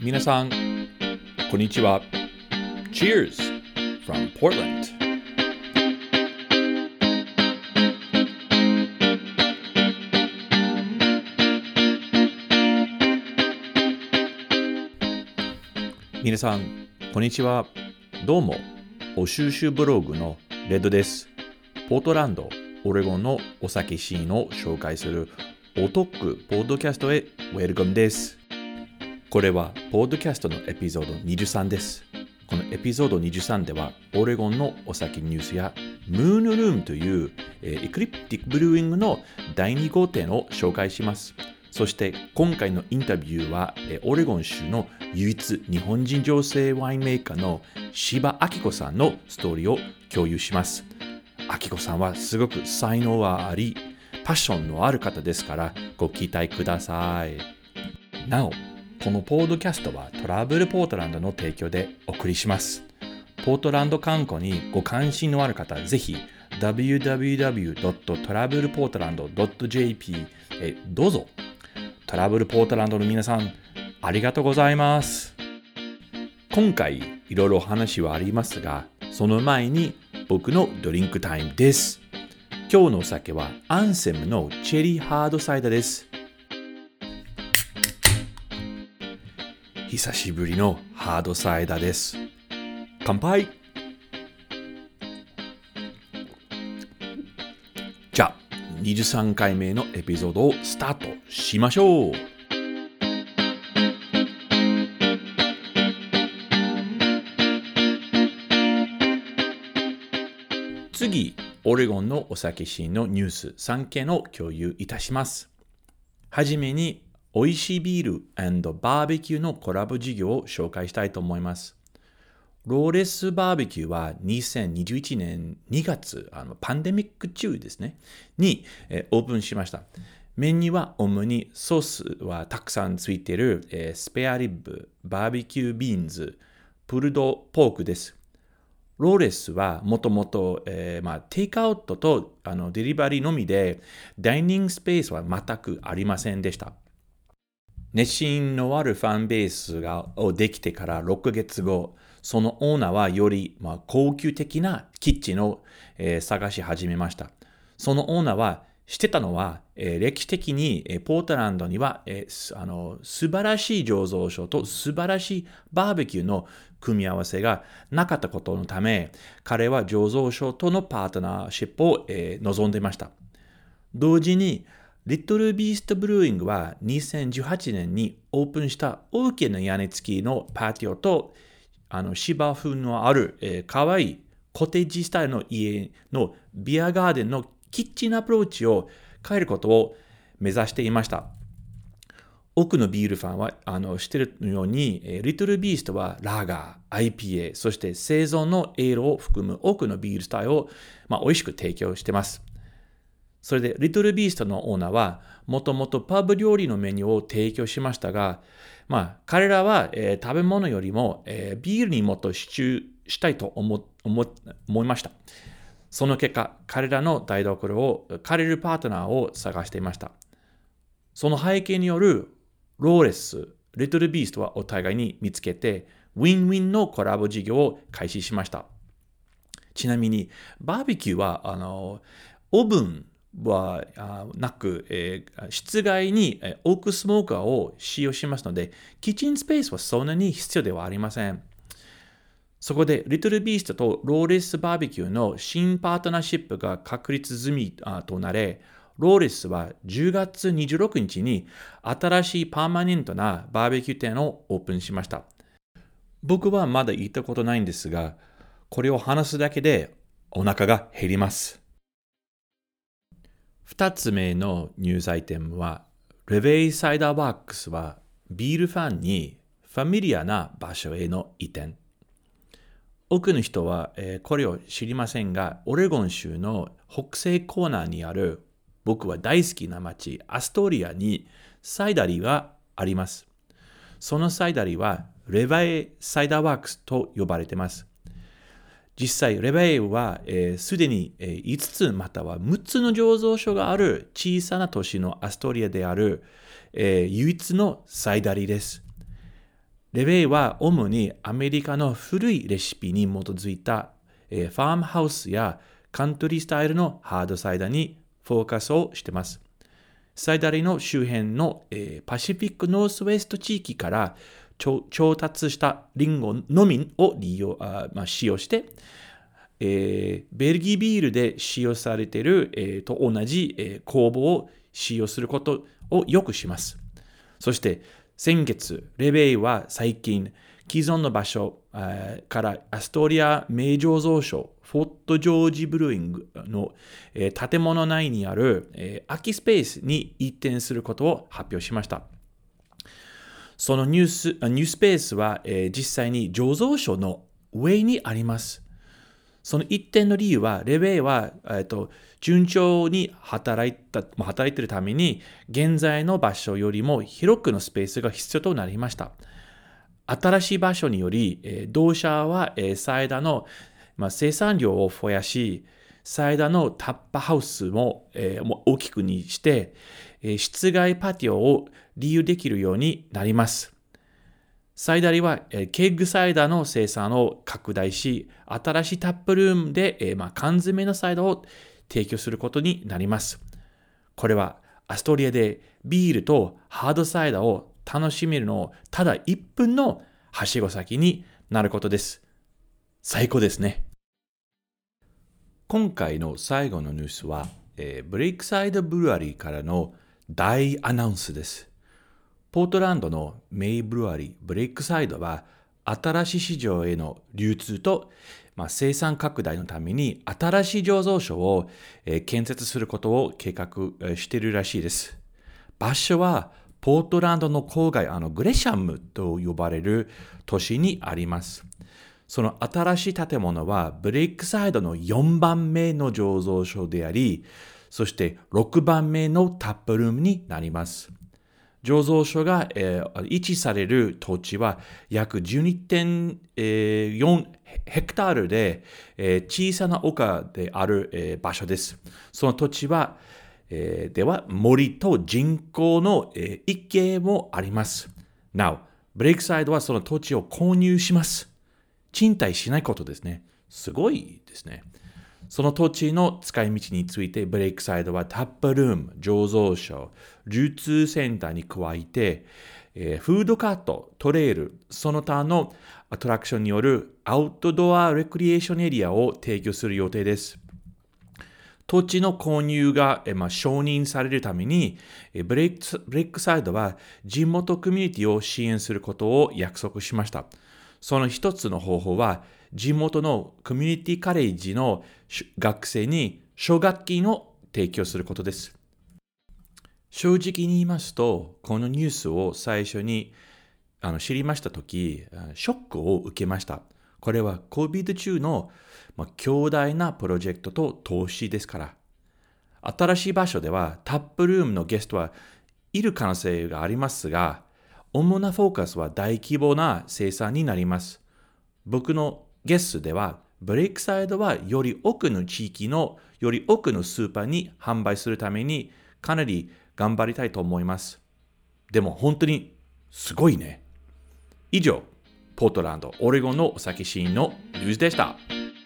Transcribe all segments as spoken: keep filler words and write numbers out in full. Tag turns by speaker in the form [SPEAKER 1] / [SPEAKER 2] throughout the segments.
[SPEAKER 1] 皆さん、こんにちは。Cheers from Portland. 皆さん、こんにちは。どうも、お収集ブログのレッドです。ポートランド、オレゴンのお酒シーンを紹介するお得ポッドキャストへウェルカムです。これはポッドキャストのエピソードにじゅうさんです。このエピソードにじゅうさんではオレゴンのお酒ニュースやムーヌルームという、えー、エクリプティックブルーイングのだいに号店を紹介します。そして今回のインタビューは、えー、オレゴン州の唯一日本人女性ワインメーカーの柴明子さんのストーリーを共有します。明子さんはすごく才能があり、パッションのある方ですからご期待ください。なお、このポッドキャストはトラブルポートランドの提供でお送りします。ポートランド観光にご関心のある方、ぜひ ダブリューダブリューダブリュードットトラブルポートランドドットジェーピー へどうぞ。トラブルポートランドの皆さん、ありがとうございます。今回いろいろお話はありますが、その前に僕のドリンクタイムです。今日のお酒はアンセムのチェリーハードサイダーです。久しぶりのハードサイダーです。乾杯。じゃあにじゅうさんかいめのエピソードをスタートしましょう。次、オレゴンのお酒シーンのニュースさんけんを共有いたします。はじめに美味しいビール&バーベキューのコラボ事業を紹介したいと思います。ローレスバーベキューはにせんにじゅういちねんにがつ、あのパンデミック中ですね、に、えー、オープンしました。麺には主にソースはたくさんついている、えー、スペアリブ、バーベキュービーンズ、プルドポークです。ローレスはもともとテイクアウトとあのデリバリーのみで、ダイニングスペースは全くありませんでした。熱心のあるファンベースができてからろっかげつご、そのオーナーはより、まあ、高級的なキッチンを、えー、探し始めました。そのオーナーは知ってたのは、えー、歴史的に、えー、ポートランドには、えー、あの素晴らしい醸造所と素晴らしいバーベキューの組み合わせがなかったことのため、彼は醸造所とのパートナーシップを、えー、望んでいました。同時にリトルビーストブルーイングはにせんじゅうはちねんにオープンした大きな屋根付きのパティオとあの芝生のある、えー、かわいいコテージスタイルの家のビアガーデンのキッチンアプローチを変えることを目指していました。多くのビールファンはあの知っているように、えー、リトルビーストはラガー、アイピーエー、そして生存のエールを含む多くのビールスタイルを、まあ、美味しく提供しています。それで、リトルビーストのオーナーは、もともとパブ料理のメニューを提供しましたが、まあ、彼らは、えー、食べ物よりも、えー、ビールにもっと集中したいと思、思、思いました。その結果、彼らの台所を借りるパートナーを探していました。その背景による、ローレス、リトルビーストはお互いに見つけて、ウィンウィンのコラボ事業を開始しました。ちなみに、バーベキューは、あの、オーブン、はなく、えー、室外にオークスモーカーを使用しますので、キッチンスペースはそんなに必要ではありません。そこで、リトルビーストとローレスバーベキューの新パートナーシップが確立済みとなれ、ローレスはじゅうがつにじゅうろくにちに新しいパーマネントなバーベキュー店をオープンしました。僕はまだ行ったことないんですが、これを話すだけでお腹が減ります。二つ目のニュースアイテムは、レベイサイダーワークスはビールファンにファミリアな場所への移転。多くの人は、えー、これを知りませんが、オレゴン州の北西コーナーにある僕は大好きな町アストリアにサイダリーがあります。そのサイダリーはレベイサイダーワークスと呼ばれています。実際、レベイはすで、えー、に、えー、いつつまたはむっつの醸造所がある小さな都市のアストリアである、えー、唯一のサイダリーです。 レベイは主にアメリカの古いレシピに基づいた、えーファームハウスやカントリースタイルのハードサイダーにフォーカスをしています。サイダリの周辺の、えーパシフィックノースウェスト地域から調調達したリンゴのみを利用あ、まあ、使用して、えーベルギービールで使用されている、えーと同じ、えー酵母を使用することをよくします。そして先月、レベイは最近、既存の場所あーからアストリア名醸造所、フォットジョージブルーイングの、えー建物内にある、えー空きスペースに移転することを発表しました。そのニュース、あニュースペースは、えー実際に醸造所の上にあります。その一点の理由は、レベイは、えっと、順調に働いた、まあ働いているために、現在の場所よりも広くのスペースが必要となりました。新しい場所により、えー同社は、えーサイダーの、まあ、生産量を増やし、サイダーのタッパーハウスも、えーも大きくにして、えー室外パティオを利用できるようになります。サイダリは、えーケッグサイダーの生産を拡大し、新しいタップルームで、えーまあ、缶詰のサイダーを提供することになります。これはアストリアでビールとハードサイダーを楽しめるのをただいっぷんのはしご先になることです。最高ですね。今回の最後のニュースは、えーブレイクサイドブルワリーからの大アナウンスです。ポートランドのメイブルワリー、ブレイクサイドは、新しい市場への流通と、まあ、生産拡大のために新しい醸造所を、えー建設することを計画えーしているらしいです。場所は、ポートランドの郊外、あのグレシャムと呼ばれる都市にあります。その新しい建物は、ブレイクサイドのよんばんめの醸造所であり、そしてろくばんめのタップルームになります。醸造所が、えー位置される土地は約 じゅうにてんよん ヘクタールで、えー小さな丘である、えー場所です。その土地は、えーでは森と人工の、えー池もあります。なお、ブレイクサイドはその土地を購入します。賃貸しないことですね。すごいですね。その土地の使い道について、ブレイクサイドはタップルーム、醸造所、流通センターに加えて、えーフードカート、トレイル、その他のアトラクションによるアウトドアレクリエーションエリアを提供する予定です。土地の購入が、えーまあ、承認されるために、えーブレイク、ブレイクサイドは地元コミュニティを支援することを約束しました。その一つの方法は、地元のコミュニティカレッジの学生に奨学金を提供することです。正直に言いますと、このニュースを最初にあの知りましたとき、ショックを受けました。これは コビッド 中の、まあ、強大なプロジェクトと投資ですから。新しい場所ではタップルームのゲストはいる可能性がありますが、主なフォーカスは大規模な生産になります。僕のゲストでは、ブレイクサイドはより多くの地域のより多くのスーパーに販売するためにかなり頑張りたいと思います。でも本当にすごいね。以上、ポートランド、オレゴンのお酒シーンのニュースでした。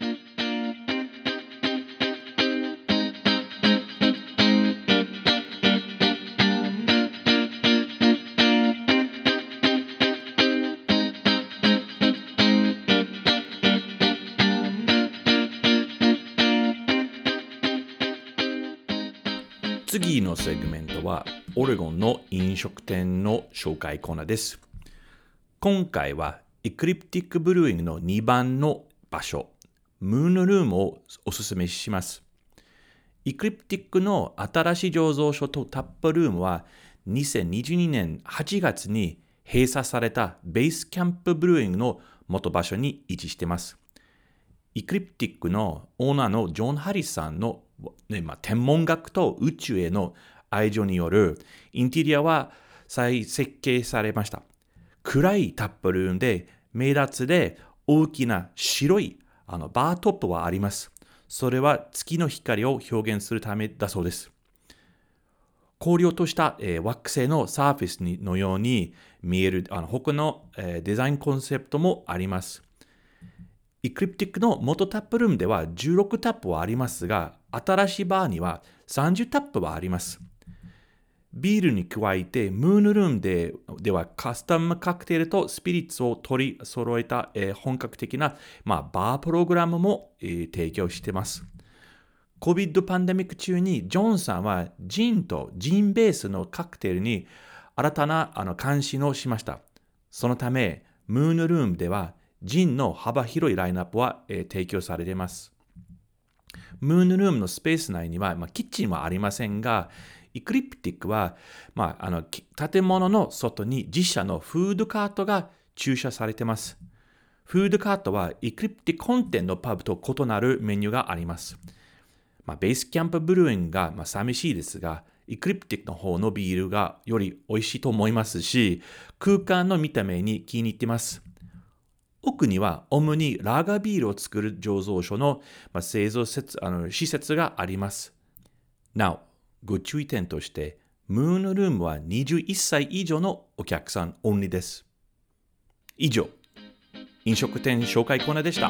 [SPEAKER 1] 次のセグメントはオレゴンの飲食店の紹介コーナーです。今回はエクリプティックブルーイングのにばんの場所、ムーンルームをおすすめします。エクリプティックの新しい醸造所とタップルームはにせんにじゅうにねんはちがつに閉鎖されたベースキャンプブルーイングの元場所に位置しています。エクリプティックのオーナーのジョン・ハリスさんの、ねまあ、天文学と宇宙への愛情によるインテリアは再設計されました。暗いタップルームで目立つで大きな白いあのバートップはあります。それは月の光を表現するためだそうです。 荒涼とした、えー、惑星のサーフェスにのように見えるあの他の、えー、デザインコンセプトもあります。エクリプティックの元タップルームではじゅうろくタップはありますが、新しいバーにはさんじゅうタップはあります。ビールに加えて、ムーンルームでではカスタムカクテルとスピリッツを取り揃えた、えー、本格的な、まあ、バープログラムも、えー、提供しています。コビッド パンデミック中にジョンさんはジンとジンベースのカクテルに新たなあの関心をしました。そのため、ムーンルームではジンの幅広いラインナップは、えー、提供されています。ムーンルームのスペース内には、まあ、キッチンはありませんが、エクリプティックは、まあ、あの建物の外に自社のフードカートが駐車されています。フードカートはエクリプティック本店のパブと異なるメニューがあります。まあ、ベースキャンプブルーイングが、まあ、寂しいですが、エクリプティックの方のビールがより美味しいと思いますし、空間の見た目に気に入っています。奥には主にラガービールを作る醸造所の、まあ、製造施設、あの施設があります。なお、ご注意点として、ムーンルームはにじゅういっさい以上のお客さんオンリーです。以上、飲食店紹介コーナーでした。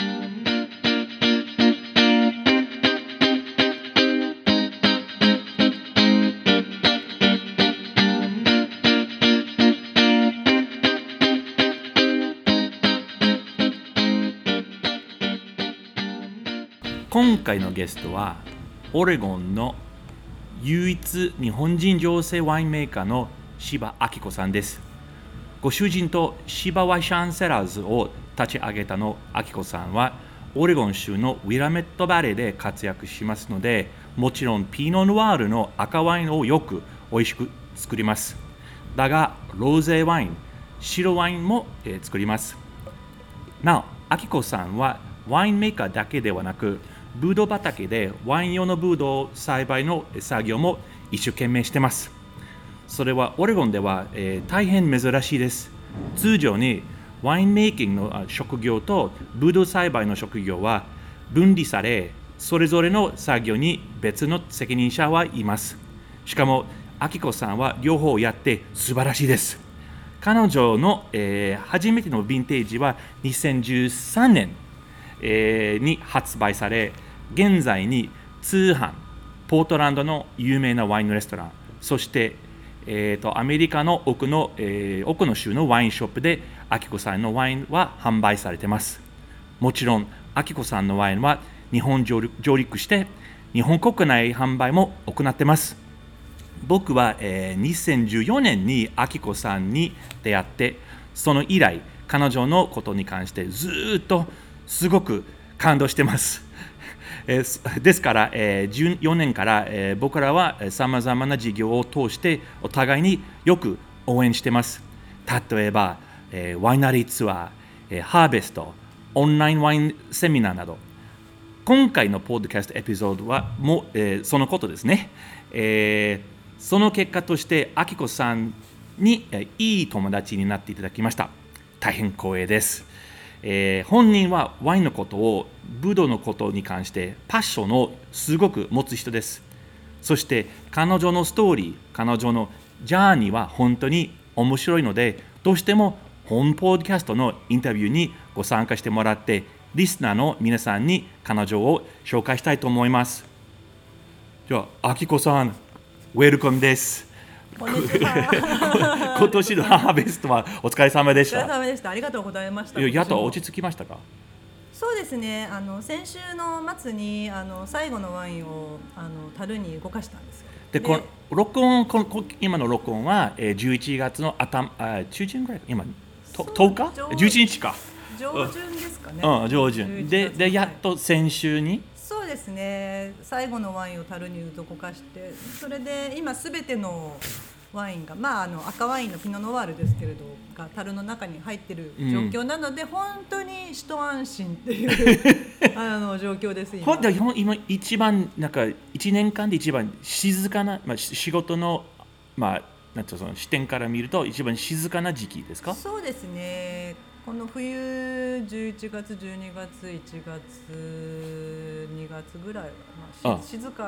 [SPEAKER 1] 今回のゲストは、オレゴンの唯一日本人女性ワインメーカーの柴明子さんです。ご主人と柴ワイシャンセラーズを立ち上げたの明子さんは、オレゴン州のウィラメットバレーで活躍しますので、もちろんピノ・ノワールの赤ワインをよく美味しく作ります。だが、ローゼワイン、白ワインも、えー、作ります。なお、明子さんはワインメーカーだけではなく、ブドウ畑でワイン用のブドウ栽培の作業も一生懸命しています。それはオレゴンでは、えー、大変珍しいです。通常にワインメイキングの職業とブドウ栽培の職業は分離され、それぞれの作業に別の責任者はいます。しかも、明子さんは両方やって素晴らしいです。彼女の、えー、初めてのヴィンテージはにせんじゅうさんねん、えー、に発売され、現在に通販、ポートランドの有名なワインレストラン、そして、えー、とアメリカの奥の、えー、奥の州のワインショップで明子さんのワインは販売されています。もちろん明子さんのワインは日本上陸して日本国内販売も行っています。僕は、えー、にせんじゅうよねんに明子さんに出会って、その以来彼女のことに関してずっとすごく感動しています。ですから、じゅうよねんから、僕らはさまざまな事業を通してお互いによく応援しています。例えば、ワイナリーツアー、ハーベスト、オンラインワインセミナーなど、今回のポッドキャストエピソードはもうそのことですね。その結果として、明子さんにいい友達になっていただきました。大変光栄です。えー、本人はワインのことをブドウのことに関してパッションをすごく持つ人です。そして彼女のストーリー、彼女のジャーニーは本当に面白いので、どうしても本ポッドキャストのインタビューにご参加してもらって、リスナーの皆さんに彼女を紹介したいと思います。じゃあ、明子さん、ウェルカムです。
[SPEAKER 2] こんにちは。
[SPEAKER 1] 今年のハーベストはお疲れ様でした。
[SPEAKER 2] お疲れ様でした。ありがとうございました。
[SPEAKER 1] やっと落ち着きましたか？
[SPEAKER 2] そうですね。あの先週の末にあの最後のワインをあの樽に動かしたんですよ。
[SPEAKER 1] で、この録音この今の録音はじゅういちがつの頭あ中旬ぐらい、今ととおかじゅういちにちか。
[SPEAKER 2] 上旬ですかね。
[SPEAKER 1] うん、上旬ででやっと先週に。
[SPEAKER 2] そうですね。最後のワインを樽に動かして、それで今すべてのワインが、まあ、あの赤ワインのピノ・ノワールですけれどが樽の中に入っている状況なので、うん、本当に一安心っていうあの状況です。今
[SPEAKER 1] 今一番なんかいちねんかんで一番静かな、まあ、仕事の、まあ、なんていうのその視点から見ると一番静かな時期ですか？
[SPEAKER 2] そうですね。この冬じゅういちがつじゅうにがついちがつにがつぐらいは、まあ、静か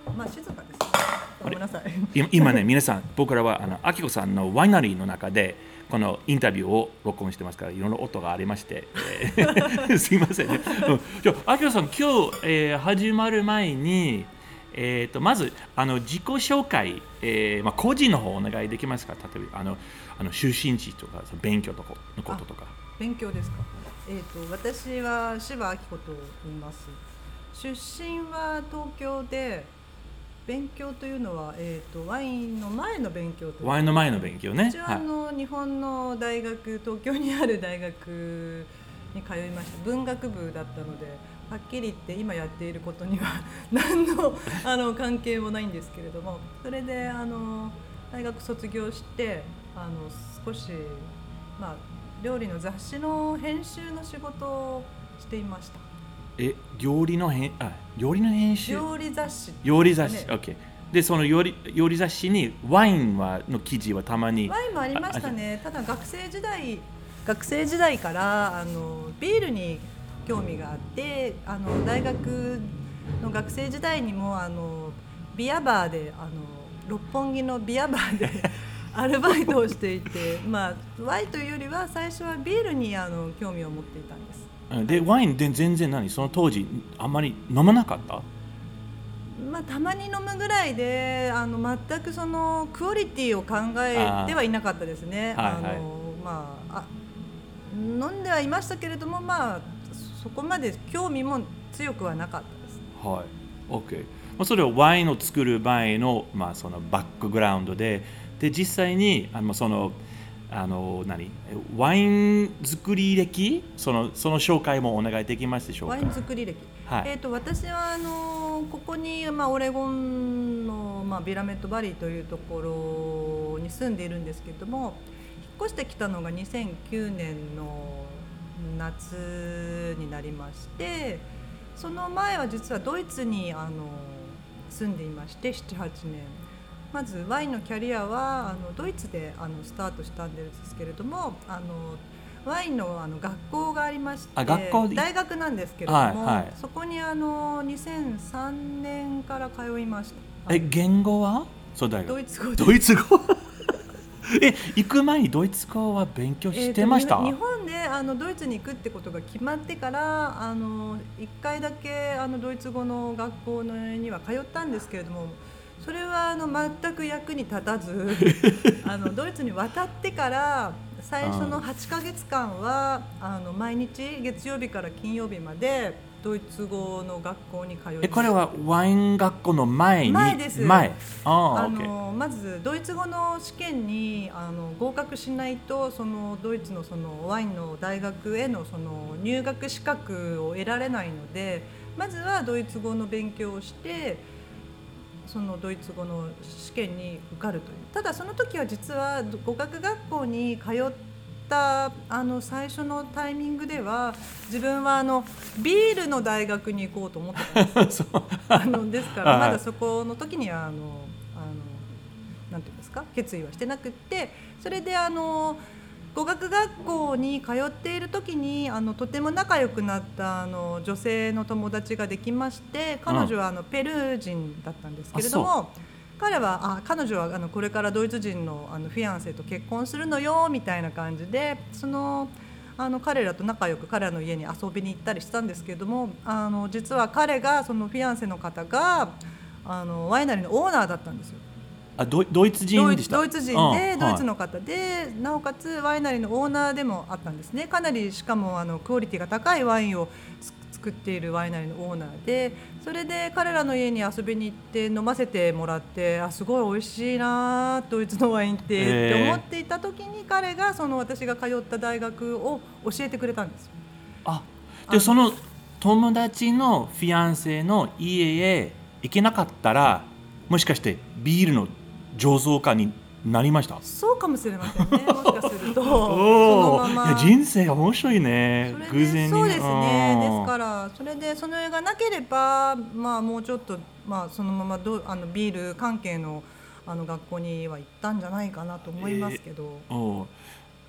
[SPEAKER 2] まあ静かですね。ごめんなさい。
[SPEAKER 1] 今今ね皆さん僕らはあのあきこさんのワイナリーの中でこのインタビューを録音してますからいろんな音がありまして、えーすいませんね。うん、じゃああきこさん今日、えー始まる前に、えー、とまずあの自己紹介、えーまあ、個人の方お願いできますか。例えばあのあの出身地とかその勉強とかのこととか。
[SPEAKER 2] 勉強ですか。えー、と私は柴明子と言います。出身は東京で、勉強というのは、えー、とワインの前の勉強というか、
[SPEAKER 1] ワインの前の勉強ね。
[SPEAKER 2] 一応あの、日本の大学、東京にある大学に通いました。文学部だったので、はっきり言って今やっていることには何の、あの関係もないんですけれども、それであの大学卒業してあの少し、まあ、料理の雑誌の編集の仕事をしていました。
[SPEAKER 1] え料理の編あ料理の編集
[SPEAKER 2] 料理雑誌、
[SPEAKER 1] 料理雑誌 OK でその料理料理雑誌にワインはの記事はたまに
[SPEAKER 2] ワインもありましたね。ただ学生時代学生時代からあのビールに興味があって、あの大学の学生時代にもあのビアバーであの六本木のビアバーでアルバイトをしていて、まあワインというよりは最初はビールにあの興味を持っていたんです。
[SPEAKER 1] でワインで全然何その当時あんまり飲まなかった。
[SPEAKER 2] まあ、たまに飲むぐらいであの全くそのクオリティを考えてはいなかったですね。あ、はいはい、あのまあ、あ飲んではいましたけれども、まあ、そこまで興味も強くはなかったです。
[SPEAKER 1] はい、OK。まあ、それはワインを作る前の、まあ、そのバックグラウンドで、で実際にあのそのあの何ワイン作り歴そのその紹介もお願いできますでしょうか。
[SPEAKER 2] ワイン作り歴、はい、えー、と私はあのここに、まあ、オレゴンの、まあ、ビラメットバリーというところに住んでいるんですけれども、引っ越してきたのがにせんきゅうねんの夏になりまして、その前は実はドイツにあの住んでいましてななはちねん。まずワインのキャリアはあのドイツであのスタートしたんですけれども、あのワイン の, あの学校がありまして、あ学校大学なんですけれども、はいはい、そこにあのにせんさんねんから通いました。
[SPEAKER 1] え言語はそうだよ
[SPEAKER 2] ドイツ語
[SPEAKER 1] ドイツ語え行く前にドイツ語は勉強してました。
[SPEAKER 2] えー、日本であのドイツに行くってことが決まってからあのいっかいだけあのドイツ語の学校には通ったんですけれども、それはあの全く役に立たずあのドイツに渡ってから最初のはちかげつかんはあの毎日月曜日から金曜日までドイツ語の学校に通いました。
[SPEAKER 1] えこれはワイン学校の前に
[SPEAKER 2] 前です。
[SPEAKER 1] 前
[SPEAKER 2] ああのまずドイツ語の試験にあの合格しないとそのドイツのそのワインの大学へのその入学資格を得られないので、まずはドイツ語の勉強をしてそのドイツ語の試験に受かるという。ただその時は実は語学学校に通ったあの最初のタイミングでは自分はあのビールの大学に行こうと思ってたんですあのですからまだそこの時にはあのあのなんていうんですか決意はしてなくって、それであの語学学校に通っている時にあのとても仲良くなったあの女性の友達ができまして、彼女はあのペルー人だったんですけれども、彼はあ彼女はあのこれからドイツ人 の, あのフィアンセと結婚するのよみたいな感じで、そのあの彼らと仲良く彼らの家に遊びに行ったりしたんですけれども、あの実は彼がそのフィアンセの方があのワイナリーのオーナーだったんですよ。
[SPEAKER 1] あ ド, ドイツ人でした。
[SPEAKER 2] ドイツ人で、うん、ドイツの方で、なおかつワイナリーのオーナーでもあったんですね。かなりしかもあのクオリティが高いワインを作っているワイナリーのオーナーで、それで彼らの家に遊びに行って飲ませてもらって、あすごい美味しいなドイツのワインって、えー、って思っていた時に彼がその私が通った大学を教えてくれたんですよ。
[SPEAKER 1] あでその友達のフィアンセの家へ行けなかったらもしかしてビールの醸造家になりました。
[SPEAKER 2] そうかもしれませんね。もしかするとそのまま
[SPEAKER 1] いや人生が面白いね。偶然に
[SPEAKER 2] そうですね。ですからそれでその絵がなければ、まあ、もうちょっと、まあ、そのままどあのビール関係 の, あの学校には行ったんじゃないかなと思いますけど、
[SPEAKER 1] えー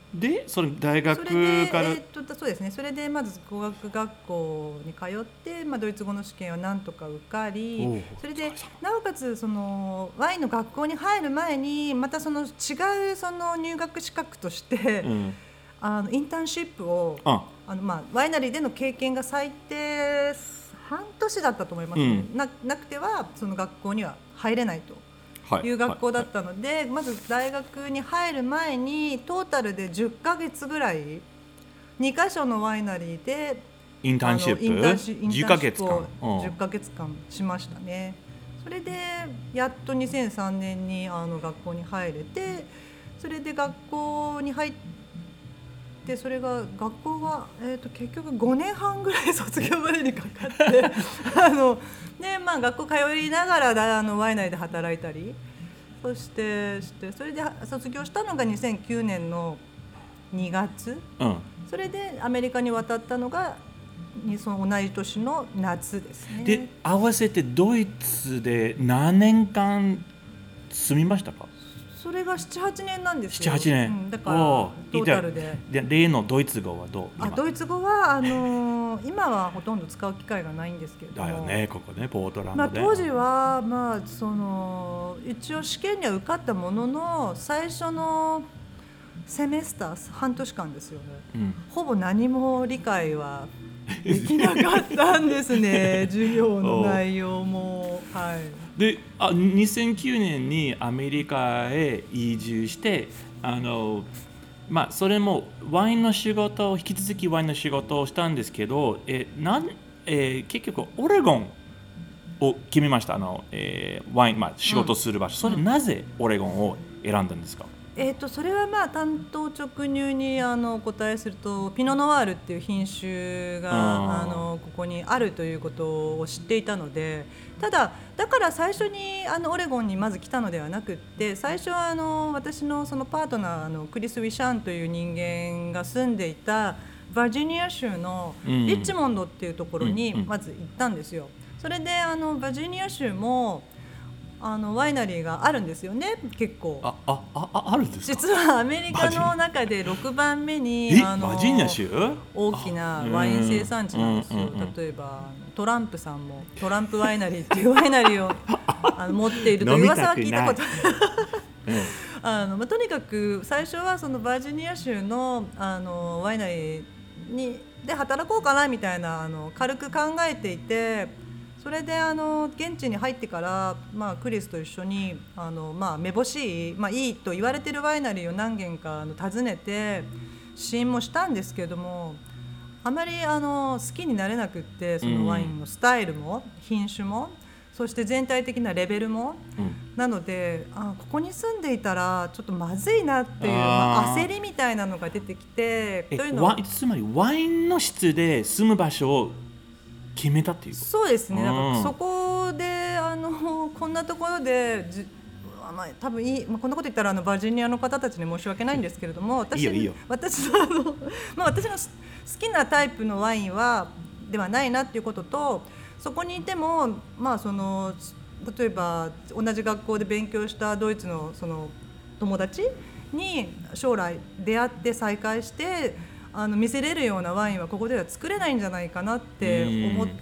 [SPEAKER 1] でそれ大学
[SPEAKER 2] それで、
[SPEAKER 1] から、
[SPEAKER 2] えー、とそうですね、それでまず語学学校に通って、まあ、ドイツ語の試験をなんとか受かり、
[SPEAKER 1] おう
[SPEAKER 2] それでなおかつそのワインの学校に入る前にまたその違うその入学資格として、
[SPEAKER 1] うん、
[SPEAKER 2] あのインターンシップを
[SPEAKER 1] あ
[SPEAKER 2] あの、まあ、ワイナリーでの経験が最低半年だったと思いますね、
[SPEAKER 1] うん、
[SPEAKER 2] な, なくてはその学校には入れないと。
[SPEAKER 1] はい
[SPEAKER 2] いう学校だったので、はい、まず大学に入る前にトータルでじゅっかげつぐらいにかしょのワイナリーで
[SPEAKER 1] インターンシップ
[SPEAKER 2] インターンシインターンシ
[SPEAKER 1] じゅっかげつ
[SPEAKER 2] ップを
[SPEAKER 1] かん
[SPEAKER 2] じゅっかげつかんしましたね。それでやっとにせんさんねんにあの学校に入れて、それで学校に入ってそれが学校が、えー、と結局ごねんはんぐらい卒業までにかかってあので、まあ、学校通いながらだあのワイナリーで働いたりそしてしてそれで卒業したのがにせんきゅうねんのにがつ、
[SPEAKER 1] うん、
[SPEAKER 2] それでアメリカに渡ったのがその同じ年の夏ですね。
[SPEAKER 1] で合わせてドイツで何年間住みましたか？
[SPEAKER 2] それがななはちねんなんですよ。
[SPEAKER 1] ななはちねん、うん、
[SPEAKER 2] だからトータルで。
[SPEAKER 1] で例のドイツ語はどう？
[SPEAKER 2] あドイツ語はあのー、今はほとんど使う機会がないんですけれども。
[SPEAKER 1] だよね、ここね、ポートランドで。
[SPEAKER 2] まあ、当時は、まあ、その一応試験には受かったものの最初のセメスター半年間ですよね、うん、ほぼ何も理解はできなかったんですね授業の内容も、はい、
[SPEAKER 1] であにせんきゅうねんにアメリカへ移住してあの、まあ、それもワインの仕事を引き続きワインの仕事をしたんですけどえなんえー、結局オレゴンを決めましたあの、えー、ワイン、まあ、仕事する場所、うん、それなぜオレゴンを選んだんですか？
[SPEAKER 2] えー、とそれはまあ担当直入にあのお答えするとピノノワールっていう品種があのここにあるということを知っていたので、ただだから最初にあのオレゴンにまず来たのではなくって最初はあの私のそのパートナーのクリス・ウィシャンという人間が住んでいたバージニア州のリッチモンドっていうところにまず行ったんですよ。それであのバージニア州もあのワイナリーがあるんですよね、結構。
[SPEAKER 1] ああああるんですか？
[SPEAKER 2] 実はアメリカの中でろくばんめにあの
[SPEAKER 1] バージニア州
[SPEAKER 2] 大きなワイン生産地なんですよ。例えばトランプさんもトランプワイナリーっていうワイナリーをあの持っているという噂は聞いたことあの、まあ、とにかく最初はそのバージニア州の、あのワイナリーにで働こうかなみたいなあの軽く考えていて、それであの現地に入ってから、まあ、クリスと一緒にあの、まあ、めぼしい、まあ、いいと言われているワイナリーを何軒かあの訪ねて試飲もしたんですけれども、あまりあの好きになれなくって、そのワインのスタイルも品種もそして全体的なレベルも、うん、なのであここに住んでいたらちょっとまずいなっていう、まあ、焦りみたいなのが出てきて、というのは
[SPEAKER 1] つまりワインの質で住む場所を決めたっていう。
[SPEAKER 2] そうですね、なんかそこであのこんなところでじ、まあ、多分いい、まあ、こんなこと言ったらあのバージニアの方たちに申し訳ないんですけれども、私
[SPEAKER 1] いいよいいよ
[SPEAKER 2] 私のあの、まあ、私の好きなタイプのワインはではないなっていうことと、そこにいても、まあ、その例えば同じ学校で勉強したドイツのその友達に将来出会って再会してあの見せれるようなワインはここでは作れないんじゃないかなって思って、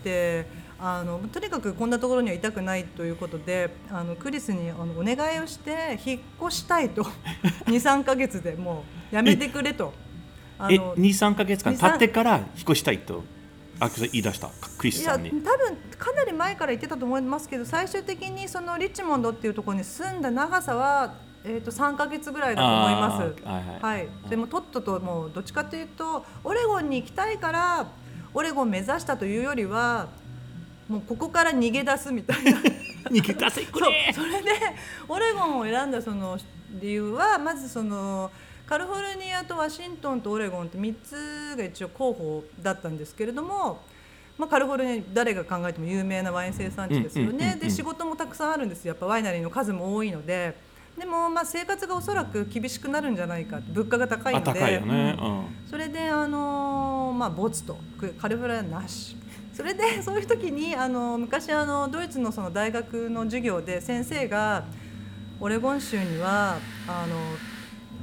[SPEAKER 2] あのとにかくこんなところにはいたくないということで、あのクリスにあのお願いをして引っ越したいとにさんかげつでもうやめてくれと。
[SPEAKER 1] あのえにさんかげつかん経ってから引っ越したいとアクセ言い出したクリスさんに。
[SPEAKER 2] いや多分かなり前から言ってたと思いますけど、最終的にそのリッチモンドっていうところに住んだ長さはえー、とさんかげつぐらいだと思います。はいはい、でもとっとともうどっちかというとオレゴンに行きたいからオレゴン目指したというよりはもうここから逃げ出すみたいな
[SPEAKER 1] 逃げ出せくれ
[SPEAKER 2] そ, それでオレゴンを選んだその理由はまずそのカリフォルニアとワシントンとオレゴンってみっつが一応候補だったんですけれども、まあ、カリフォルニア誰が考えても有名なワイン生産地ですよね。で仕事もたくさんあるんですよ。やっぱワイナリーの数も多いので。でもまあ生活がおそらく厳しくなるんじゃないか、物価が高いので、
[SPEAKER 1] 高いよね、うん、
[SPEAKER 2] それであのまあボツとカリフォルニアなし。それでそういう時にあの昔あのドイツのその大学の授業で先生がオレゴン州にはあの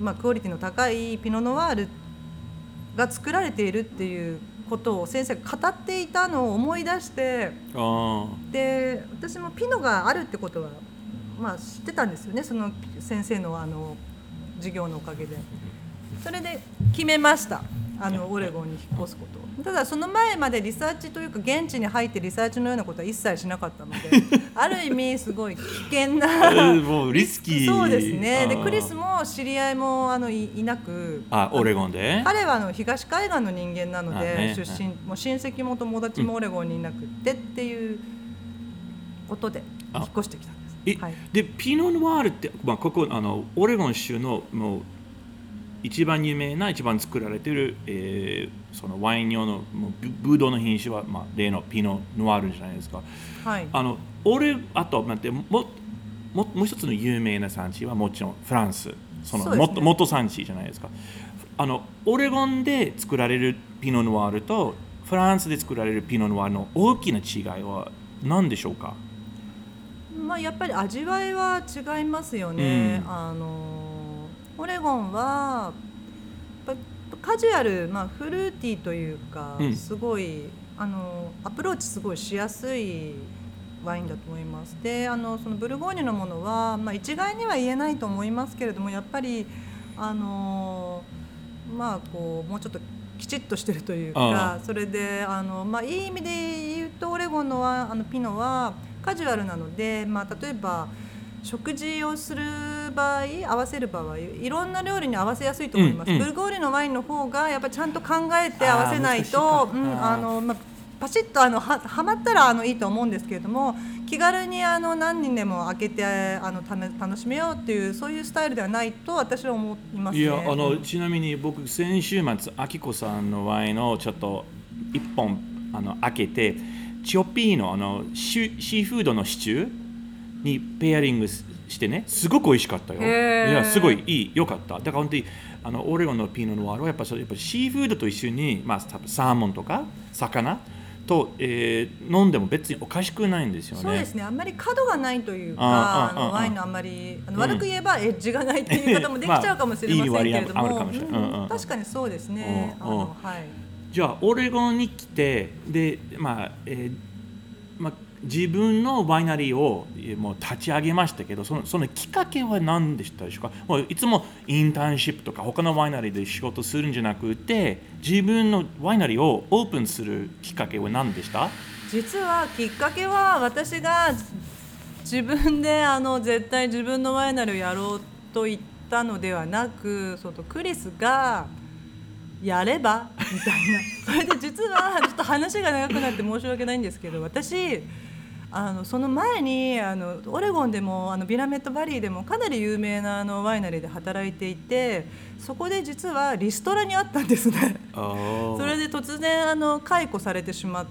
[SPEAKER 2] まあ、クオリティの高いピノノワールが作られているっていうことを先生が語っていたのを思い出して、
[SPEAKER 1] あ
[SPEAKER 2] で私もピノがあるってことは、まあ、知ってたんですよね、その先生のあの授業のおかげで。それで決めました、あのオレゴンに引っ越すことを。ただその前までリサーチというか現地に入ってリサーチのようなことは一切しなかったのである意味すごい危険な
[SPEAKER 1] もうリスキー。
[SPEAKER 2] そうですね。でクリスも知り合いもあの い, いなく、
[SPEAKER 1] あオレゴンで
[SPEAKER 2] 彼はあの東海岸の人間なので、
[SPEAKER 1] ね、
[SPEAKER 2] 出身もう親戚も友達もオレゴンにいなくってっていうことで引っ越してきたんです。
[SPEAKER 1] はい、でピノノワールって、まあ、ここあのオレゴン州のもう一番有名な一番作られている、えー、そのワイン用のもうブドウの品種は、まあ、例のピノノワールじゃないですか。
[SPEAKER 2] はい、
[SPEAKER 1] あの俺あと待ってもももう一つの有名な産地はもちろんフランス、そのも、ね、元産地じゃないですか。あのオレゴンで作られるピノノワールとフランスで作られるピノノワールの大きな違いは何でしょうか。
[SPEAKER 2] まあ、やっぱり味わいは違いますよね。うん、あのオレゴンはカジュアル、まあ、フルーティーというか、うん、すごいあのアプローチすごいしやすいワインだと思います。であのそのブルゴーニュのものは、まあ、一概には言えないと思いますけれども、やっぱりあの、まあ、こうもうちょっときちっとしてるというか、それであの、まあ、いい意味で言うとオレゴンのはあのピノはカジュアルなので、まあ、例えば食事をする場合合わせる場合いろんな料理に合わせやすいと思います。うんうん、ブルゴーニュのワインの方がやっぱりちゃんと考えて合わせないと、うん、あのまあ、パシッとあの は, はまったらあのいいと思うんですけれども、気軽にあの何人でも開けてあの楽しめようっていうそういうスタイルではないと私は思いますね。
[SPEAKER 1] いやあのちなみに僕先週末あきこさんのワインをちょっと一本あの開けてチョピーのあのシーフードのシチューにペアリングしてね、すごく美味しかったよ。いやすごいいい良かった。だから本当にあのオレゴンのピノノワールはやっぱりやっぱシーフードと一緒に、まあ、多分サーモンとか魚と、えー、飲んでも別におかしくないんですよね。
[SPEAKER 2] そうですね。あんまり角がないというか、あのワインのあんまりあの悪く言えばエッジがないっていう言い方もできちゃうかもしれませんけれども、まあ、いいうんうん、確かにそうですね。あのはい。
[SPEAKER 1] じゃあオレゴンに来てでまあ、えーまあ自分のワイナリーをもう立ち上げましたけど、その、そのきっかけは何でしたでしょうか。もういつもインターンシップとか他のワイナリーで仕事するんじゃなくて、自分のワイナリーをオープンするきっかけは何でした？
[SPEAKER 2] 実はきっかけは私が自分であの絶対自分のワイナリーをやろうと言ったのではなく、そのクリスがやればみたいな。それで実はちょっと話が長くなって申し訳ないんですけど、私あのその前にあのオレゴンでもあのビラメットバリーでもかなり有名なあのワイナリーで働いていて、そこで実はリストラにあったんですね。それで突然あの解雇されてしまって、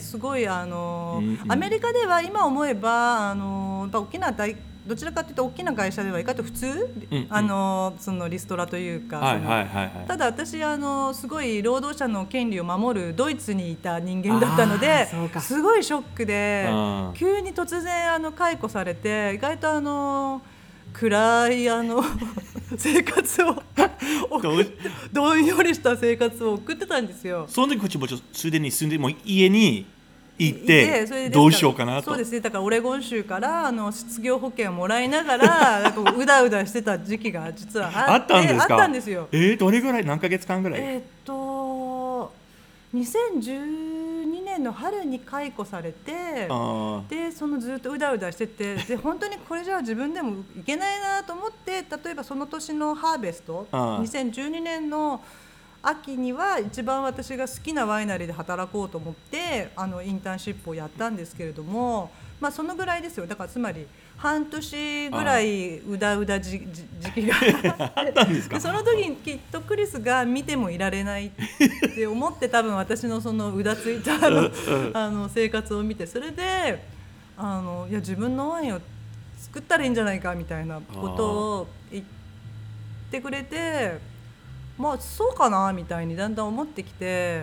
[SPEAKER 2] すごいあの、うんうん、アメリカでは今思えばあのやっぱ大きな大どちらかというと大きな会社では意外と普通、うんうん、あのそのリストラというか、はいはいはいはい、ただ私あのすごい労働者の権利を守るドイツにいた人間だったのですごいショックで、急に突然あの解雇されて、意外とあの暗いあの生活をどんよりした生活を送ってたんですよ。
[SPEAKER 1] その時こっちもすでに住んでも家に行ってそれでどうしようかなと。
[SPEAKER 2] そうですね。だからオレゴン州からあの失業保険をもらいながらなんかうだうだしてた時期が実はあって
[SPEAKER 1] あったんですか。
[SPEAKER 2] あったんですよ。
[SPEAKER 1] えー、どれぐらい何ヶ月間ぐらい？
[SPEAKER 2] えー、っとにせんじゅうにねんの春に解雇されて、でそのずっとうだうだしてて、で本当にこれじゃあ自分でもいけないなと思って、例えばその年のハーベストにせんじゅうにねんの秋には一番私が好きなワイナリーで働こうと思ってあのインターンシップをやったんですけれども、まあ、そのぐらいですよ。だからつまり半年ぐらいうだうだじ時期が
[SPEAKER 1] あったんですか。
[SPEAKER 2] でその時にきっとクリスが見てもいられないって思って多分私のそのうだついたあのあの生活を見て、それであのいや自分のワインを作ったらいいんじゃないかみたいなことを言ってくれて、まあそうかなみたいにだんだん思ってきて、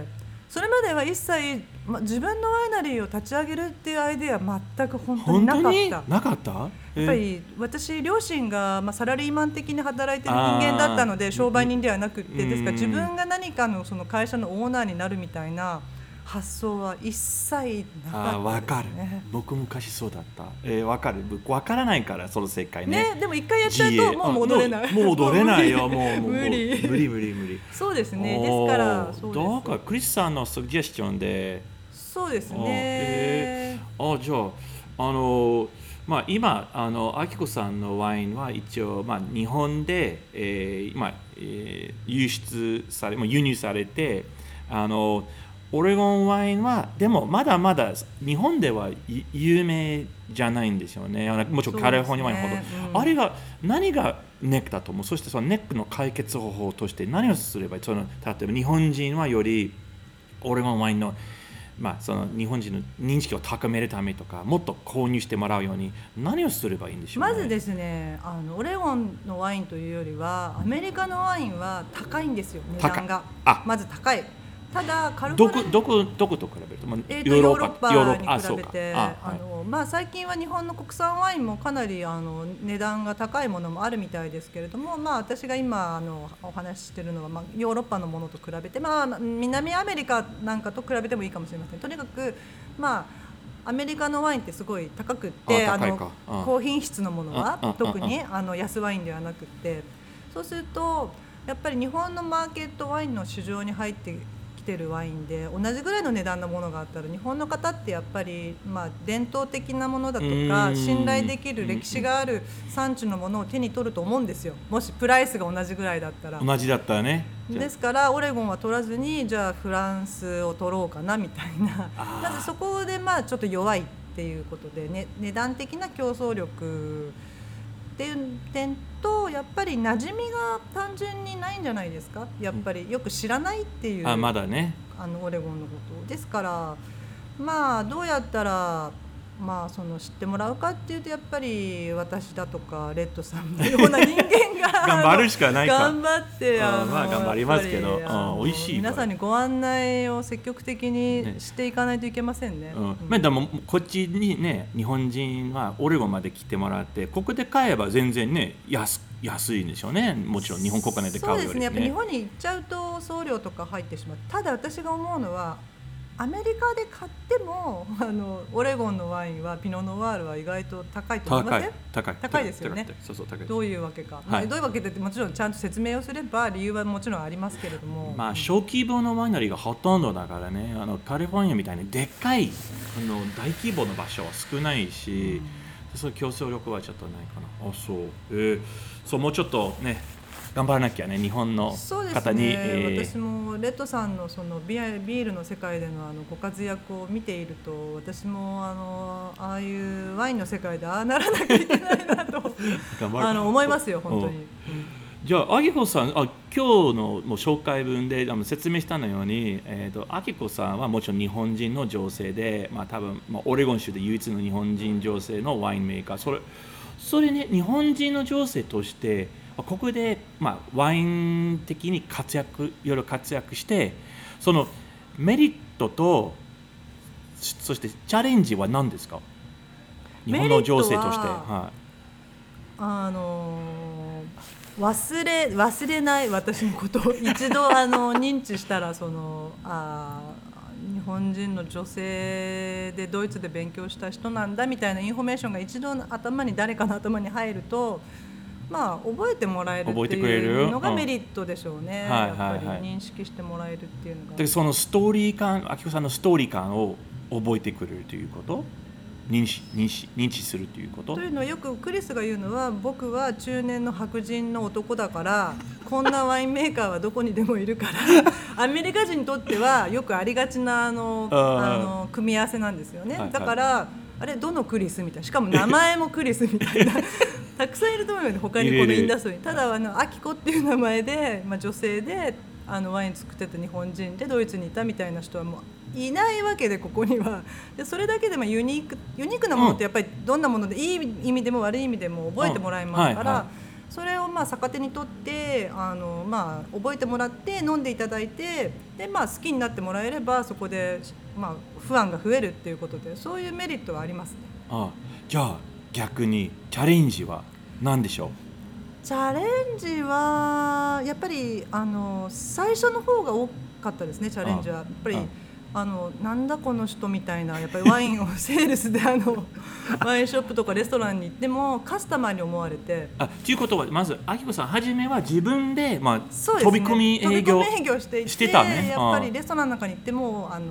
[SPEAKER 2] それまでは一切、ま、自分のワイナリーを立ち上げるっていうアイデアは全く本当になかった。
[SPEAKER 1] 本当になかった？
[SPEAKER 2] やっぱり私両親が、まあ、サラリーマン的に働いてる人間だったので商売人ではなくってですから自分が何か の, その会社のオーナーになるみたいな発想は一切なかったですね。
[SPEAKER 1] あ、分かる。僕昔そうだった、えー、分かる。僕分からないからその世界 ね,
[SPEAKER 2] ね。でも一回やっちゃうともう戻れない。
[SPEAKER 1] もう戻れないよ。もう
[SPEAKER 2] 無理
[SPEAKER 1] 無理無理無理。
[SPEAKER 2] そうですね。ですからそうです。
[SPEAKER 1] だからクリスさんのサジェスチョンで。
[SPEAKER 2] そうですね。
[SPEAKER 1] えー、あじゃああのまあ、今あのアキコさんのワインは一応、まあ、日本で、えーまあえー、輸出され、まあ、輸入されて、あのオレゴンワインはでもまだまだ日本では有名じゃないんですよね。もちろんカリフォルニアワインほど、ね。うん、あれが何がネックだと思う。そしてそのネックの解決方法として何をすればいい。その例えば日本人はよりオレゴンワインのまあ、その日本人の認識を高めるためとかもっと購入してもらうように何をすればいいんでしょうね。
[SPEAKER 2] まずですね、あのオレゴンのワインというよりはアメリカのワインは高いんですよ、値段が。まず高い。ただカリフォルニア
[SPEAKER 1] どこどこと比べると、まあ
[SPEAKER 2] えー、とヨーロッパに比べてああの、まあ、最近は日本の国産ワインもかなりあの値段が高いものもあるみたいですけれども、まあ、私が今あのお話ししているのは、まあ、ヨーロッパのものと比べて、まあ、南アメリカなんかと比べてもいいかもしれません。とにかく、まあ、アメリカのワインってすごい高くってあの高品質のものは特にあの安ワインではなくって、そうするとやっぱり日本のマーケットワインの市場に入っててるワインで同じぐらいの値段のものがあったら日本の方ってやっぱり、まあ、伝統的なものだとか信頼できる歴史がある産地のものを手に取ると思うんですよ。もしプライスが同じぐらいだったら。
[SPEAKER 1] 同じだったらね。
[SPEAKER 2] ですからオレゴンは取らずにじゃあフランスを取ろうかなみたいな。まずそこでまあちょっと弱いっていうことで、ね、値段的な競争力っていう点とやっぱり馴染みが単純にないんじゃないですか。やっぱりよく知らないっていう、
[SPEAKER 1] あまだね、
[SPEAKER 2] あのオレゴンのことですから、まあどうやったらまあその知ってもらうかっていうとやっぱり私だとかレッドさんのような人間が
[SPEAKER 1] 頑張るしかないか。
[SPEAKER 2] 頑張って
[SPEAKER 1] あのまあ頑張りますけど、あ美味しい
[SPEAKER 2] 皆さんにご案内を積極的にしていかないといけませんね。
[SPEAKER 1] うんうん、まあでもこっちにね日本人はオレゴンまで来てもらってここで買えば全然ね安安いんでしょうね。もちろん日本国内で買うよりね。
[SPEAKER 2] そうですね。やっぱ日本に行っちゃうと送料とか入ってしまう。ただ私が思うのはアメリカで買ってもあのオレゴンのワインはピノノワールは意外と高いと思いません？
[SPEAKER 1] 高い
[SPEAKER 2] 高いですよね。
[SPEAKER 1] そうそう高い。
[SPEAKER 2] どういうわけか、
[SPEAKER 1] はい
[SPEAKER 2] まあ、どういうわけでってもちろんちゃんと説明をすれば理由はもちろんありますけれども、
[SPEAKER 1] まあ小規模のワイナリーがほとんどだからね。あのカリフォルニアみたいにでっかいあの大規模の場所は少ないし、うん、そういう競争力はちょっとないかな。あそう、えー、そうもうちょっとね頑張らなきゃね日本の方に、ね
[SPEAKER 2] えー、私もレッドさんのそのビールの世界でのあのご活躍を見ていると私もあのああいうワインの世界でああならなきゃいけないなとあの思いますよ本当に。
[SPEAKER 1] じゃあアキコさん、あ今日のもう紹介文であの説明したのように、えー、とアキコさんはもちろん日本人の女性で、まあ、多分、まあ、オレゴン州で唯一の日本人女性のワインメーカー。それそれね日本人の女性としてここで、まあ、ワイン的に活躍いろいろ活躍してそのメリットとそしてチャレンジは何ですか？日本の女性として。はい、
[SPEAKER 2] あの忘れ忘れない私のことを一度あの認知したらそのあ日本人の女性でドイツで勉強した人なんだみたいなインフォメーションが一度頭に誰かの頭に入ると。まあ、覚えてもらえるっていうのがメリットでしょうね。やっぱり認識してもらえるっていうのが。
[SPEAKER 1] でそのストーリー感、アキコさんのストーリー感を覚えてくれるということ、認識、認識、認知するということ。
[SPEAKER 2] というのはよくクリスが言うのは僕は中年の白人の男だからこんなワインメーカーはどこにでもいるからアメリカ人にとってはよくありがちなあのあの組み合わせなんですよね。はいはい、だからあれどのクリスみたいなしかも名前もクリスみたいなたくさんいると思うよね他にこのインダストリーに。ただあのアキコっていう名前で、まあ、女性であのワイン作ってた日本人でドイツにいたみたいな人はもういないわけでここには。でそれだけでもユニークユニークなものってやっぱりどんなものでいい意味でも悪い意味でも覚えてもらえますから、 それをまあ逆手にとってあの、まあ、覚えてもらって飲んでいただいてで、まあ、好きになってもらえればそこで、まあ、ファンが増えるっていうことでそういうメリットはありますね。
[SPEAKER 1] あ、じゃあ逆にチャレンジは何でしょう？
[SPEAKER 2] チャレンジはやっぱりあの最初の方が多かったですね。チャレンジはやっぱりあのなんだこの人みたいなやっぱりワインをセールスであのワインショップとかレストランに行ってもカスタマーに思われて。
[SPEAKER 1] あ、ということはまずあきこさん初めは自分で、まあ、
[SPEAKER 2] そうですね、
[SPEAKER 1] 飛び込み営業
[SPEAKER 2] 飛び込み営業していて
[SPEAKER 1] してたね。
[SPEAKER 2] やっぱりレストランの中に行ってもあの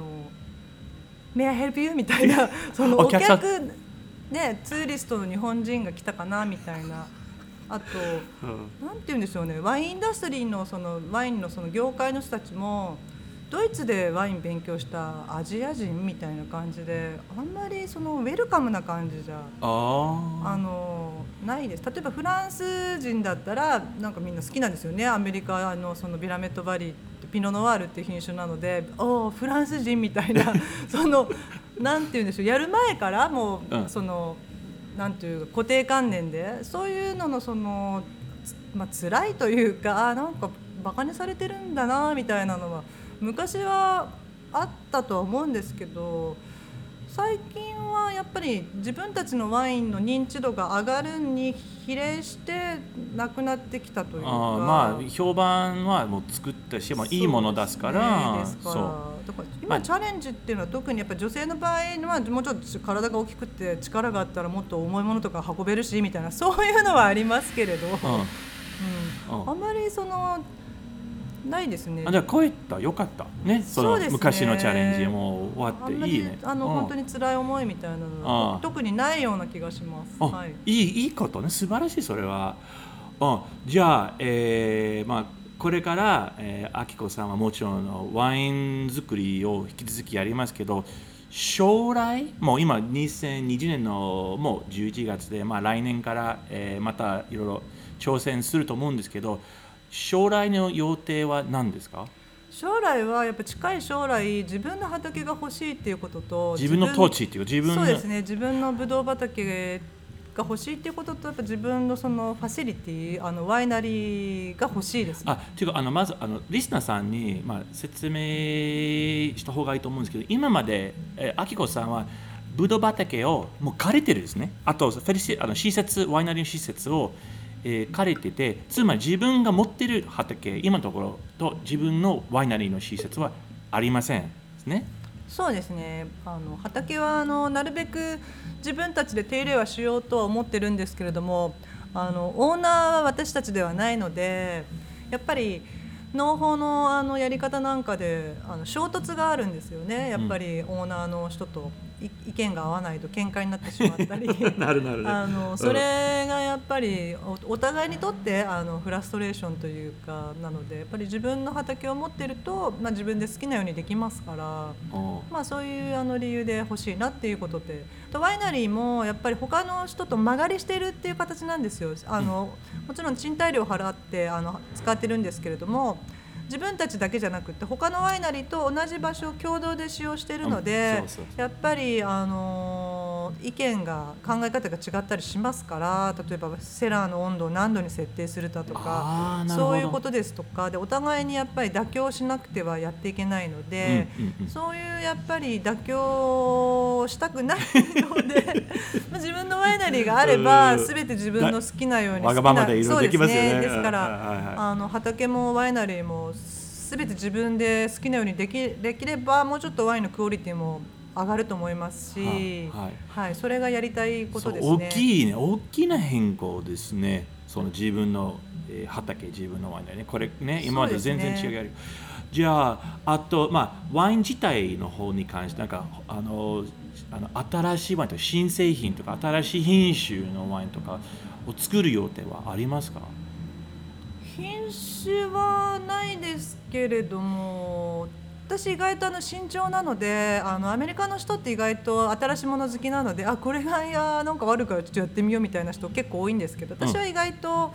[SPEAKER 2] May I help you? みたいなそのお客ね、ツーリストの日本人が来たかなみたいな。あと、うん、なんて言うんでしょうね、ワインインダストリーのそのワインのその業界の人たちもドイツでワイン勉強したアジア人みたいな感じであんまりそのウェルカムな感じじゃああのないです。例えばフランス人だったらなんかみんな好きなんですよね。アメリカのそのビラメットバリーってピノノワールっていう品種なのでおフランス人みたいなそのなんて言うんでしょう、やる前からもう、うん、そのなんていうか固定観念でそういうののその、まあ辛いというかあなんかバカにされてるんだなみたいなのは昔はあったとは思うんですけど最近はやっぱり自分たちのワインの認知度が上がるに比例してなくなってきたというか、
[SPEAKER 1] あまあ評判はもう作ったし、まあ、いいもの出すから、
[SPEAKER 2] ですからだから今チャレンジっていうのは特にやっぱ女性の場合はもうちょっと体が大きくて力があったらもっと重いものとか運べるしみたいなそういうのはありますけれど、うんうん、あんまりそのないですね。
[SPEAKER 1] あじゃあ帰ったよかったね。その昔のチャレンジも終わっていいね。
[SPEAKER 2] あの、うん、本当に辛い思いみたいなのは特にないような気がします。はい、
[SPEAKER 1] いいいいことね、素晴らしいそれは。うんじゃあ、えーまあ、これから、えー、あきこさんはもちろんワイン作りを引き続きやりますけど将来もう今にせんにじゅうねんのもうじゅういちがつで、まあ、来年から、えー、またいろいろ挑戦すると思うんですけど将来の予定は何ですか？
[SPEAKER 2] 将来はやっぱ近い将来自分の畑が欲しいっていうことと
[SPEAKER 1] 自分の土地っていうか自分の
[SPEAKER 2] そうですね自分のブドウ畑が欲しいっていうこととやっぱ自分のそのファシリティあのワイナリーが欲しいです、ね、
[SPEAKER 1] あていうかあのまずあのリスナーさんに、まあ、説明した方がいいと思うんですけど今まであきこさんはブドウ畑をもう借りてるんですね。あとフェリシあの施設ワイナリーの施設をえー、借りててつまり自分が持っている畑今のところと自分のワイナリーの施設はありませんですね。
[SPEAKER 2] そうですねあの畑はあのなるべく自分たちで手入れはしようとは思ってるんですけれどもあのオーナーは私たちではないのでやっぱり農法 の, あのやり方なんかであの衝突があるんですよね。やっぱりオーナーの人と意見が合わないと喧嘩になってしまったり
[SPEAKER 1] なるなる、ね、
[SPEAKER 2] あのそれがやっぱり お, お互いにとってあのフラストレーションというかなのでやっぱり自分の畑を持ってると、まあ、自分で好きなようにできますから、まあ、そういうあの理由で欲しいなっていうことでとワイナリーもやっぱり他の人と間借りしてるっていう形なんですよ。あのもちろん賃貸料払ってあの使ってるんですけれども自分たちだけじゃなくて他のワイナリーと同じ場所を共同で使用しているので、うん、そうそうそうやっぱり、あのー、意見が考え方が違ったりしますから例えばセラーの温度を何度に設定するだとかそういうことですとかでお互いにやっぱり妥協しなくてはやっていけないので、うんうんうん、そういうやっぱり妥協したくないので自分のワイナリーがあれば全て自分の好きなように好きな
[SPEAKER 1] わがままでいろいろできますよね。
[SPEAKER 2] そうですね。ですから、はいはい、あの畑もワイナリーもすべて自分で好きなようにで き, できればもうちょっとワインのクオリティも上がると思いますし、はいはい、それがやりたいことですね。
[SPEAKER 1] 大きいね大きな変更ですね。その自分の、えー、畑自分のワインだねこれね今まで全然違うやり、ね、じゃああと、まあ、ワイン自体の方に関してなんかあのあの新しいワインとか新製品とか新しい品種のワインとかを作る予定はありますか？
[SPEAKER 2] 品種はないですけれども私意外とあの慎重なのであのアメリカの人って意外と新しいもの好きなのであこれがいやなんか悪いからちょっとやってみようみたいな人結構多いんですけど私は意外と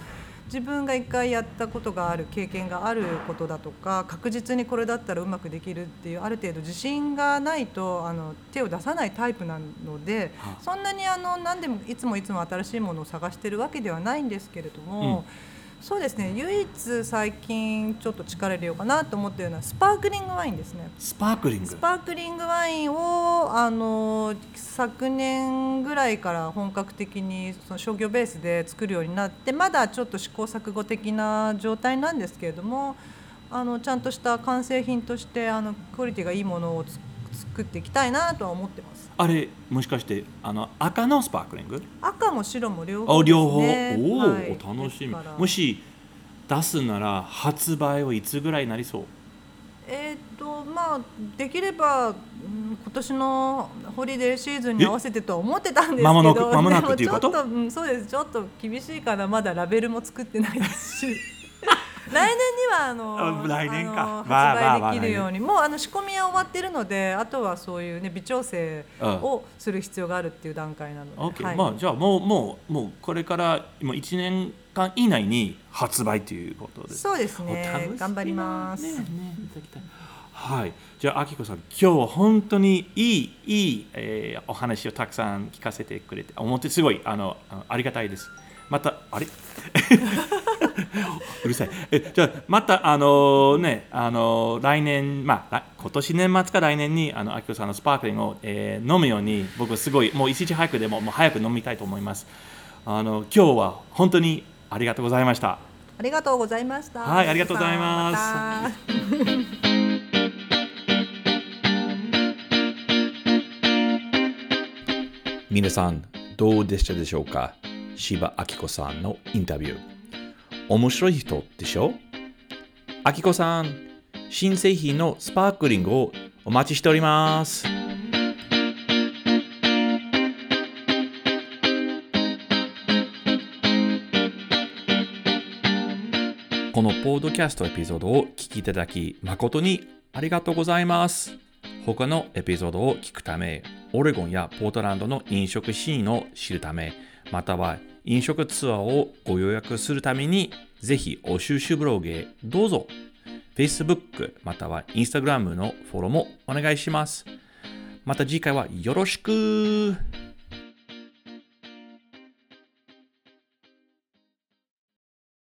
[SPEAKER 2] 自分が一回やったことがある経験があることだとか確実にこれだったらうまくできるっていうある程度自信がないとあの手を出さないタイプなので、はあ、そんなにあの何でもいつもいつも新しいものを探してるわけではないんですけれども、うんそうですね唯一最近ちょっと力入れようかなと思っているのはスパークリングワインですね。
[SPEAKER 1] スパークリング
[SPEAKER 2] スパークリングワインをあの昨年ぐらいから本格的にその商業ベースで作るようになってまだちょっと試行錯誤的な状態なんですけれどもあのちゃんとした完成品としてあのクオリティがいいものを作っていきたいなとは思ってます。
[SPEAKER 1] あれもしかしてあの赤のスパークリング
[SPEAKER 2] 赤も白も両方ですね。
[SPEAKER 1] 両方お、はい、お楽しみ。もし出すなら発売はいつぐらいになりそう？
[SPEAKER 2] えーとまあ、できれば、うん、今年のホリデーシーズンに合わせてとは思ってたんですけど
[SPEAKER 1] 間もなく、間もなくっていうこと？
[SPEAKER 2] でもちょっと、うん、そうですちょっと厳しいからまだラベルも作ってないですし来年にはあの
[SPEAKER 1] 来年か
[SPEAKER 2] あの発売できるように、もうあの仕込みは終わってるのであとはそういう、ね、微調整をする必要があるっていう段階なので、
[SPEAKER 1] はいまあ、じゃあもう、もう、もうこれから今いちねんかん以内に発売ということです。
[SPEAKER 2] そうですね頑張ります、ねね、
[SPEAKER 1] はい、じゃああきこさん今日は本当にいい、いい、えー、お話をたくさん聞かせてくれて思ってすごい あのありがたいです。またあれうるさいえじゃあまたあのねあの来年まあ今年年末か来年にあのあきこさんのスパークリングを、えー、飲むように僕すごいもう一日早くでももう早く飲みたいと思います。あの今日は本当にありがとうございました。
[SPEAKER 2] ありがとうございました。
[SPEAKER 1] はいありがとうございます。皆さんどうでしたでしょうか。柴明子さんのインタビュー面白い人でしょ。明子さん新製品のスパークリングをお待ちしております。このポッドキャストエピソードを聞きいただき誠にありがとうございます。他のエピソードを聞くためオレゴンやポートランドの飲食シーンを知るためまたは飲食ツアーをご予約するためにぜひお収集ブログへどうぞ。 Facebook または Instagram のフォローもお願いします。また次回はよろしく。